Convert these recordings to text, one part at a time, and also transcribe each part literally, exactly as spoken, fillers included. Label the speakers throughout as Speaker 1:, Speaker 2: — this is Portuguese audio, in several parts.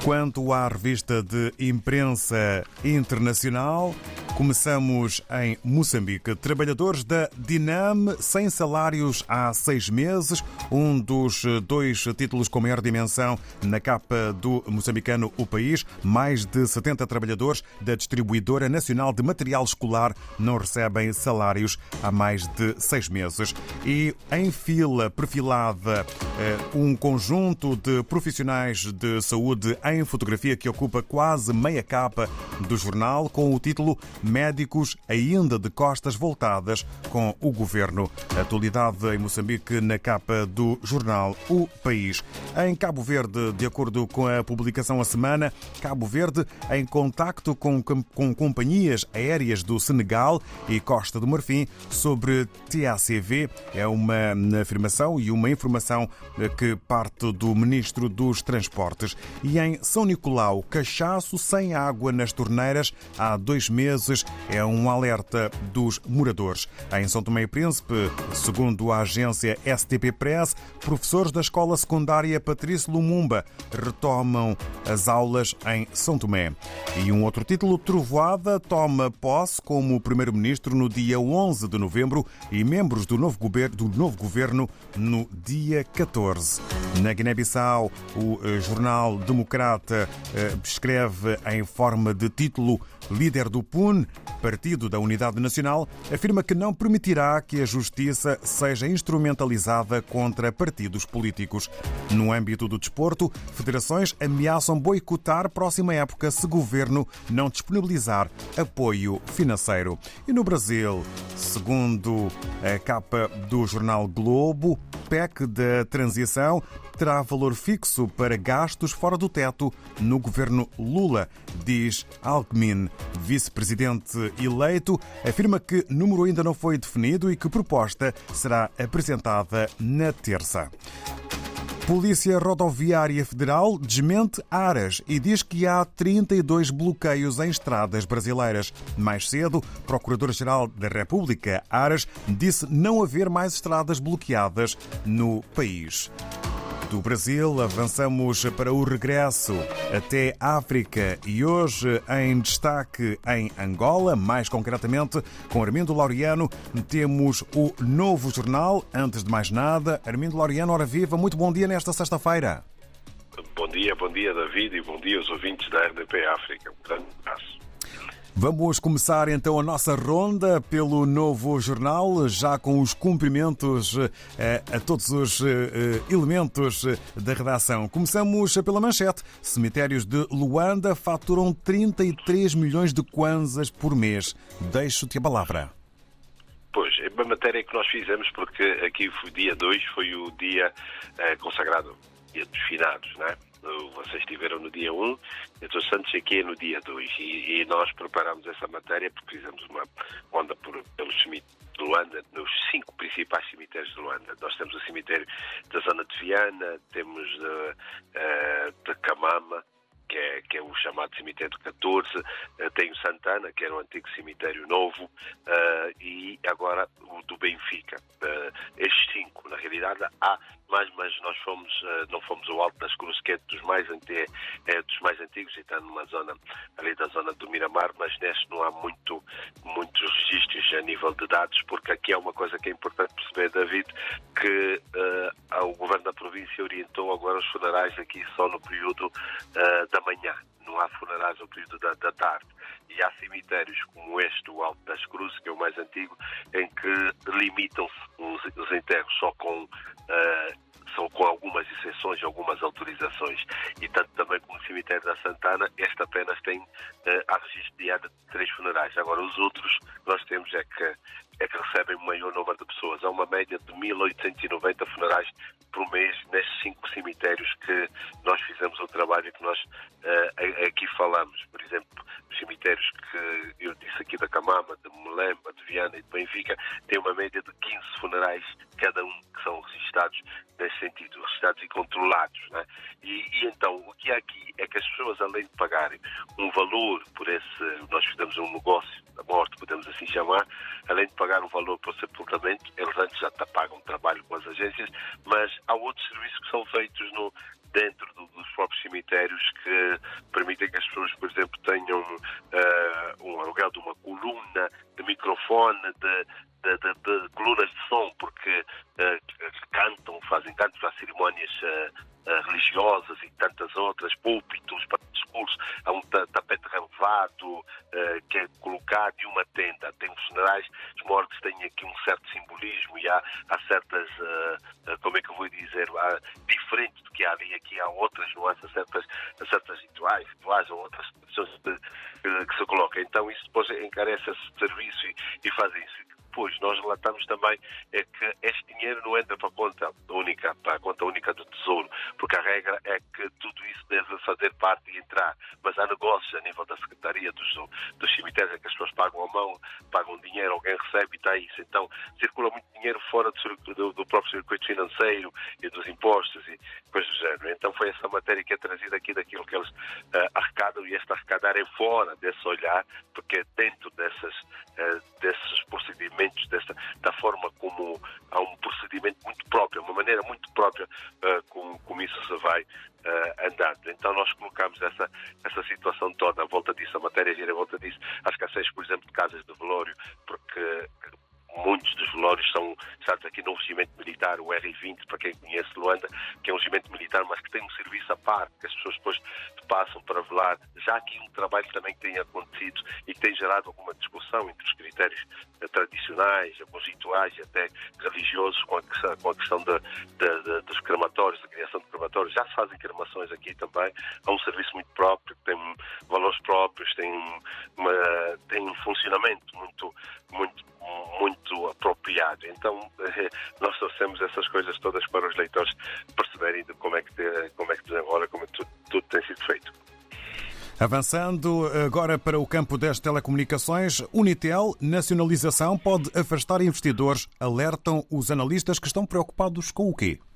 Speaker 1: Quanto à revista de imprensa internacional, começamos em Moçambique. Trabalhadores da Dinam sem salários há seis meses. Um dos dois títulos com maior dimensão na capa do moçambicano O País. Mais de setenta trabalhadores da Distribuidora Nacional de Material Escolar não recebem salários há mais de seis meses. E em fila perfilada, um conjunto de profissionais de saúde em fotografia que ocupa quase meia capa do jornal, com o título Médicos ainda de costas voltadas com o governo. Atualidade em Moçambique na capa do jornal O País. Em Cabo Verde, de acordo com a publicação A Semana, Cabo Verde em contacto com, com companhias aéreas do Senegal e Costa do Marfim sobre T A C V. É uma afirmação e uma informação que parte do Ministro dos Transportes. E em São Nicolau, cachaço sem água nas torneiras há dois meses é um alerta dos moradores. Em São Tomé e Príncipe, segundo a agência S T P Press, professores da escola secundária Patrício Lumumba retomam as aulas em São Tomé. E um outro título, Trovoada toma posse como primeiro-ministro no dia onze de novembro e membros do novo governo, do novo governo no dia catorze. Na Guiné-Bissau, o jornal Democrata escreve em forma de título: líder do P U N, Partido da Unidade Nacional, afirma que não permitirá que a justiça seja instrumentalizada contra partidos políticos. No âmbito do desporto, federações ameaçam boicotar próxima época se governo não disponibilizar apoio financeiro. E no Brasil, segundo a capa do jornal Globo, P E C da transição terá valor fixo para gastos fora do teto no governo Lula, diz Alckmin. Vice-presidente eleito afirma que número ainda não foi definido e que proposta será apresentada na terça. Polícia Rodoviária Federal desmente Aras e diz que há trinta e dois bloqueios em estradas brasileiras. Mais cedo, Procurador-Geral da República, Aras, disse não haver mais estradas bloqueadas no país. Do Brasil, avançamos para o regresso até África e hoje em destaque em Angola, mais concretamente com Armindo Laureano, temos o Novo Jornal. Antes de mais nada, Armindo Laureano, ora viva, muito bom dia nesta sexta-feira.
Speaker 2: Bom dia, bom dia David e bom dia aos ouvintes da R D P África. Um grande abraço.
Speaker 1: Vamos começar então a nossa ronda pelo Novo Jornal, já com os cumprimentos a todos os elementos da redação. Começamos pela manchete. Cemitérios de Luanda faturam trinta e três milhões de kwanzas por mês. Deixo-te a palavra.
Speaker 2: Pois, é uma matéria que nós fizemos porque aqui o dia dois foi o dia eh, consagrado, dia dos finados, não é? Vocês estiveram no dia um, eu estou Santos aqui é no dia dois e, e nós preparámos essa matéria porque fizemos uma onda por, pelos cemitérios de Luanda, nos cinco principais cemitérios de Luanda. Nós temos o cemitério da zona de Viana, temos de, uh, de Camama, que é, que é o chamado cemitério de catorze, uh, tem o Santana, que era o antigo cemitério novo, uh, e agora o do Benfica. Uh, estes cinco, na realidade, há mais, mas nós fomos, uh, não fomos ao Alto das Cruzes, que é dos mais, é, é dos mais antigos, e está numa zona, ali da zona do Miramar, mas neste não há muito, muitos registros a nível de dados, porque aqui há uma coisa que é importante perceber, David, que uh, o Governo da província orientou agora os funerais aqui só no período uh, da manhã. Não há funerais no período da, da tarde. E há cemitérios como este, o Alto das Cruzes, que é o mais antigo, em que limitam-se os, os enterros só com, uh, só com algumas exceções, algumas autorizações. E tanto também como o cemitério da Santana, este apenas tem uh, a registro diário de três funerais. Agora, os outros que nós temos é que, é que recebem um maior número de pessoas. Há uma média de mil oitocentos e noventa funerais por mês nestes cinco cemitérios que nós fizemos o trabalho que nós uh, aqui falamos. Por exemplo, os cemitérios que eu disse aqui da Camama, de Molemba, de Viana e de Benfica, têm uma média de quinze funerais cada um, que são registados nesse sentido, registados e controlados, né? E, e então, o que há aqui é que as pessoas, além de pagarem um valor por esse, nós fizemos um negócio da morte, podemos assim chamar, além de pagar um valor para o sepultamento, eles antes já pagam trabalho com as agências, mas há outros serviços que são feitos no, dentro do, dos próprios cemitérios que permitem que as pessoas, por exemplo, tenham uh, um aluguel de uma coluna de microfone, de, de, de, de colunas de som, porque uh, cantam, fazem cantos, há cerimónias uh, uh, religiosas e tantas outras, púlpitos para discursos, há um tapete relevado uh, que é colocado e uma tenda. Tem os funerais, os mortos têm aqui um certo simbolismo e há, há certas, uh, uh, como é que eu vou dizer, há, diferente do que há ali, aqui há outras nuances, certas, certas rituais, rituais ou outras pessoas que, que se colocam. Então isso depois encarece esse serviço e, e fazem isso. Depois nós relatamos também é que este dinheiro não entra para a conta única, para a conta única do Tesouro, porque a regra é que tudo isso deve fazer parte e entrar. Mas há negócios a nível da Secretaria dos, dos cemitérios, é que as pessoas pagam a mão, pagam dinheiro, alguém recebe e está isso. Então circula muito dinheiro fora do, do, do próprio circuito financeiro e dos impostos e coisas do género. Então foi essa matéria que é trazida aqui daquilo que eles uh, arrecadam, e este arrecadar é fora desse olhar, porque é dentro dessas, uh, desses procedimentos, Dessa, da forma como há um procedimento muito próprio, uma maneira muito própria uh, como, como isso se vai uh, andando. Então nós colocamos essa, essa situação toda à volta disso, a matéria gira à volta disso. A escassez, por exemplo, de casas de velório, porque muitos dos velórios são, sabes, aqui no regimento militar, o R vinte, para quem conhece Luanda, que é um regimento militar, mas que tem um serviço à parte, que as pessoas depois passam para velar. Já aqui um trabalho também que tem acontecido e que tem gerado alguma discussão entre os critérios uh, tradicionais, alguns rituais e até religiosos com a questão, com a questão de, de, de, dos crematórios, da criação de crematórios. Já se fazem cremações aqui também. Há um serviço muito próprio, que tem valores próprios, tem, uma, tem um funcionamento muito, muito muito apropriado. Então, nós trouxemos essas coisas todas para os leitores perceberem de como é que, como é que desenrola, como tudo, tudo tem sido feito.
Speaker 1: Avançando agora para o campo das telecomunicações, Unitel, nacionalização pode afastar investidores. Alertam os analistas que estão preocupados com o quê?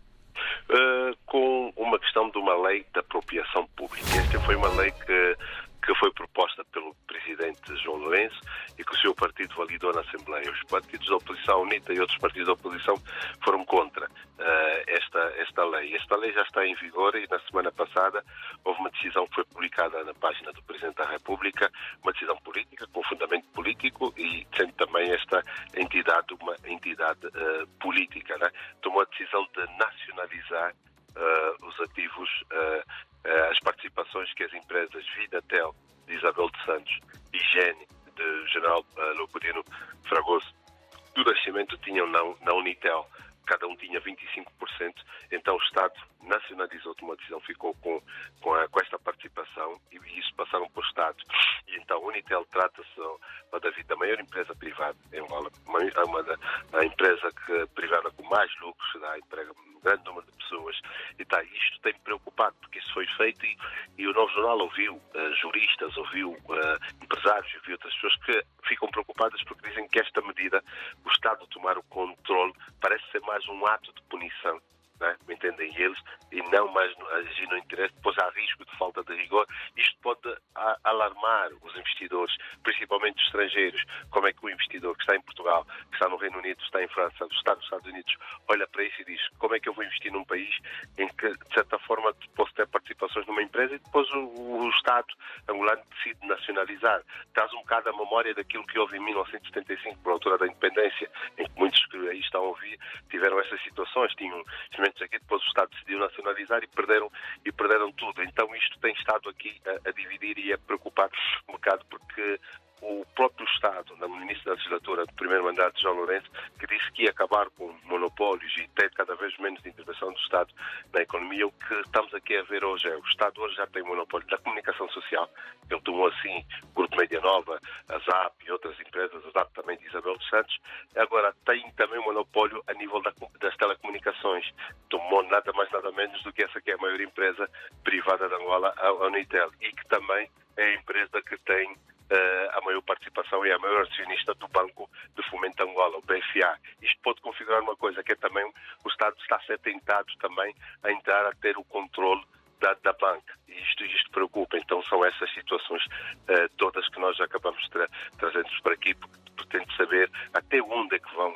Speaker 2: Uh, com uma questão de uma lei de apropriação pública. Esta foi uma lei que que foi proposta pelo presidente João Lourenço e que o seu partido validou na Assembleia. Os partidos da oposição, a UNITA e outros partidos da oposição, foram contra uh, esta, esta lei. Esta lei já está em vigor e na semana passada houve uma decisão que foi publicada na página do Presidente da República, uma decisão política, com fundamento político, e sendo também esta entidade uma entidade uh, política, né? Tomou a decisão de nacionalizar uh, os ativos, uh, as participações que as empresas Vidatel, de Isabel de Santos, e Gene, de General Leopoldino Fragoso, do Nascimento, tinham na, na Unitel. Cada um tinha vinte e cinco por cento, então o Estado nacionalizou, tomou uma decisão, ficou com, com, a, com esta participação, e isso passaram para o Estado. E então a Unitel trata-se da, da maior empresa privada em Angola, uma, uma da, a empresa que, privada com mais lucros, dá emprego a um grande número de pessoas, e tá, isto tem-me preocupado, porque isso foi feito e, e o Novo Jornal ouviu uh, juristas, ouviu uh, empresários, ouviu outras pessoas que ficam preocupadas porque dizem que esta medida, o Estado tomar o controle, parece ser mais um ato de punição, né? Me entendem eles, e não mais agir no interesse, depois há risco de falta de rigor. Isto pode a, alarmar os investidores, principalmente os estrangeiros. Como é que o investidor que está em Portugal, que está no Reino Unido, está em França, está nos Estados Unidos, olha para isso e diz: como é que eu vou investir num país em que, de certa forma, posso ter participações numa empresa e depois o, o Estado angolano decide nacionalizar? Traz um bocado a memória daquilo que houve em mil novecentos e setenta e cinco, por altura da independência, em que muitos que aí estão a ouvir tiveram essas situações, tinham instrumentos aqui, depois o Estado decidiu nacionalizar e perderam, e perderam tudo. Então isto tem estado aqui a, a dividir e a preocupar um bocado, porque o próprio Estado, no início da legislatura do primeiro mandato de João Lourenço, que disse que ia acabar com monopólios e ter cada vez menos de intervenção do Estado na economia, o que estamos aqui a ver hoje é o Estado hoje já tem monopólio da comunicação social. Ele tomou assim o Grupo Média Nova, a ZAP e outras empresas, a ZAP também de Isabel dos Santos. Agora tem também monopólio a nível da, das telecomunicações. Tomou nada mais nada menos do que essa que é a maior empresa privada de Angola, a Unitel, e que também é a empresa que tem Uh, a maior participação e a maior acionista do Banco de Fomento Angola, o B F A. Isto pode configurar uma coisa, que é também o Estado está a ser tentado também a entrar a ter o controle da, da banca. E isto, isto preocupa. Então são essas situações uh, todas que nós acabamos tra trazendo para aqui, porque pretendo saber até onde é que vão uh,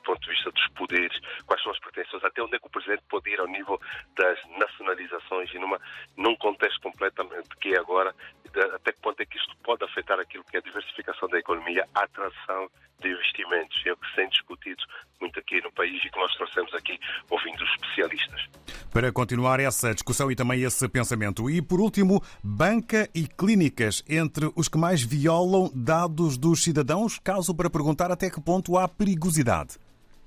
Speaker 2: ponto de vista dos poderes, quais são as pretensões, até onde é que o Presidente pode ir ao nível das nacionalizações e numa, num contexto completamente que é agora, até que ponto é que isto pode afetar aquilo que é a diversificação da economia, a atração de investimentos. É o que se tem discutido muito aqui no país e que nós trouxemos aqui ouvindo os especialistas.
Speaker 1: Para continuar essa discussão e também esse pensamento. E, por último, banca e clínicas, entre os que mais violam dados dos cidadãos, caso para perguntar até que ponto há perigosidade.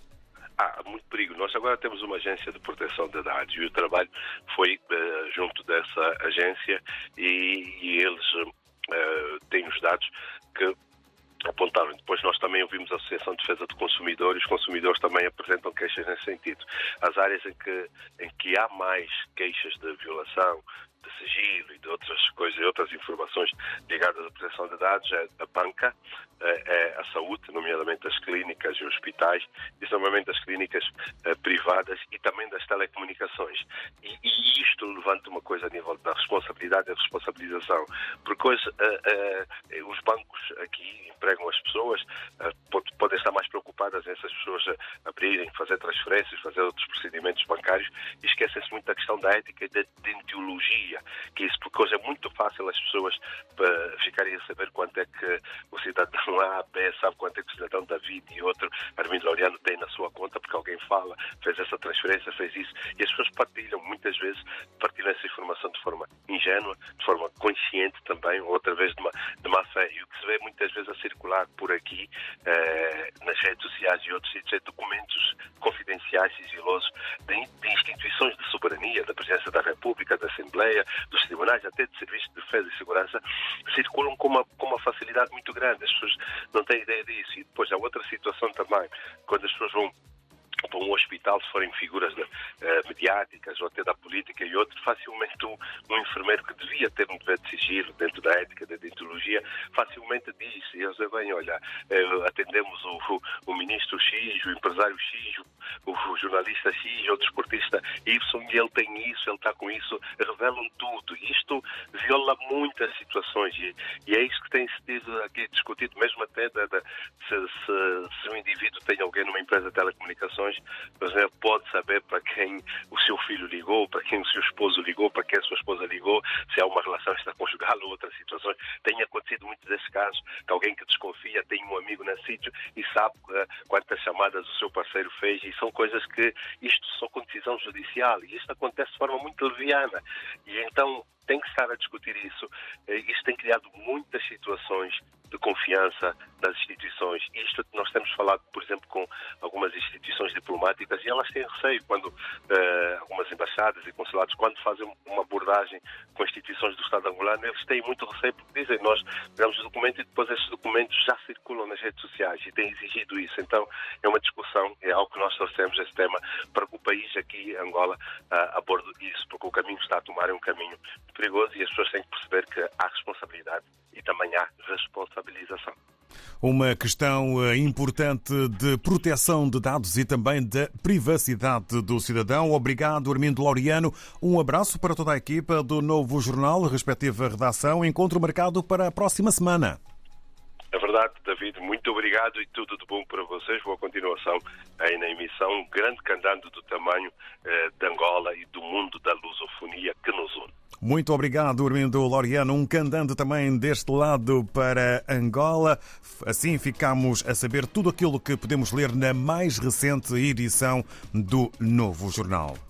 Speaker 2: Há muito perigo. Nós agora temos uma agência de proteção de dados e o trabalho foi uh, junto dessa agência e, e eles uh, têm os dados que apontaram. Depois nós também ouvimos a Associação de Defesa do Consumidor e os consumidores também apresentam queixas nesse sentido. As áreas em que, em que há mais queixas de violação, de sigilo e de outras coisas, outras informações ligadas à proteção de dados é a banca, é a saúde, nomeadamente as clínicas e hospitais, e normalmente as clínicas eh, privadas e também das telecomunicações. E, e isto levanta uma coisa a nível da responsabilidade e da responsabilização, porque hoje eh, eh, os bancos aqui empregam as pessoas, eh, podem estar mais preocupadas em essas pessoas abrirem, fazer transferências, fazer outros procedimentos bancários e esquecem-se muito da questão da ética e da deontologia, que isso, porque hoje é muito fácil as pessoas uh, ficarem a saber quanto é que o cidadão A, B, sabe quanto é que o cidadão David e outro Armindo Laureano tem na sua conta, porque alguém fala, fez essa transferência, fez isso, e as pessoas partilham, muitas vezes, partilham essa informação de forma ingênua, de forma consciente também, ou através de má, de má fé. E o que se vê muitas vezes a circular por aqui, uh, nas redes sociais e outros sítios, é documentos confidenciais, sigilosos, de, de instituições de soberania, da Presidência da República, da Assembleia, dos tribunais, até de serviços de defesa e segurança, circulam com uma, com uma facilidade muito grande. As pessoas não têm ideia disso. E depois há outra situação também, quando as pessoas vão para um hospital, se forem figuras de, uh, mediáticas ou até da política e outro, facilmente um, um enfermeiro que devia ter um dever de sigilo dentro da ética, da deontologia, facilmente diz, e eles dizem, olha, uh, atendemos o, o, o ministro X, o empresário X, o, o jornalista X, o desportista Y, e ele tem isso, ele está com isso, revelam tudo. E isto viola muitas situações e, e é isso que tem sido aqui discutido, mesmo até da, da, se, se, se um indivíduo tem alguém numa empresa de telecomunicações, mas ele pode saber para quem o seu filho ligou, para quem o seu esposo ligou, para quem a sua esposa ligou, se há uma relação extraconjugal ou outras situações. Tem acontecido muitos desses casos, que alguém que desconfia tem um amigo nesse sítio e sabe uh, quantas chamadas o seu parceiro fez, e são coisas que isto só com decisão judicial, e isto acontece de forma muito leviana. E então tem que estar a discutir isso. Isto tem criado muitas situações de confiança nas instituições. Isto nós temos falado, por exemplo, com algumas instituições diplomáticas e elas têm receio quando uh, algumas embaixadas e consulados, quando fazem uma abordagem com instituições do Estado angolano, eles têm muito receio porque dizem, nós damos o documento e depois esses documentos já circulam nas redes sociais e têm exigido isso. Então é uma discussão, é algo que nós trouxemos esse tema para que o país aqui, Angola, uh, aborde isso, porque o caminho que está a tomar é um caminho perigoso e as pessoas têm que perceber que há responsabilidade e também há responsabilização.
Speaker 1: Uma questão importante de proteção de dados e também da privacidade do cidadão. Obrigado, Armindo Laureano. Um abraço para toda a equipa do Novo Jornal, respectiva redação. Encontro marcado para a próxima semana.
Speaker 2: É verdade, David. Muito obrigado e tudo de bom para vocês. Boa continuação aí na emissão. Um grande candando do tamanho eh, de Angola e do mundo da lusofonia que nos une.
Speaker 1: Muito obrigado, Armindo Laureano. Um candando também deste lado para Angola. Assim ficamos a saber tudo aquilo que podemos ler na mais recente edição do Novo Jornal.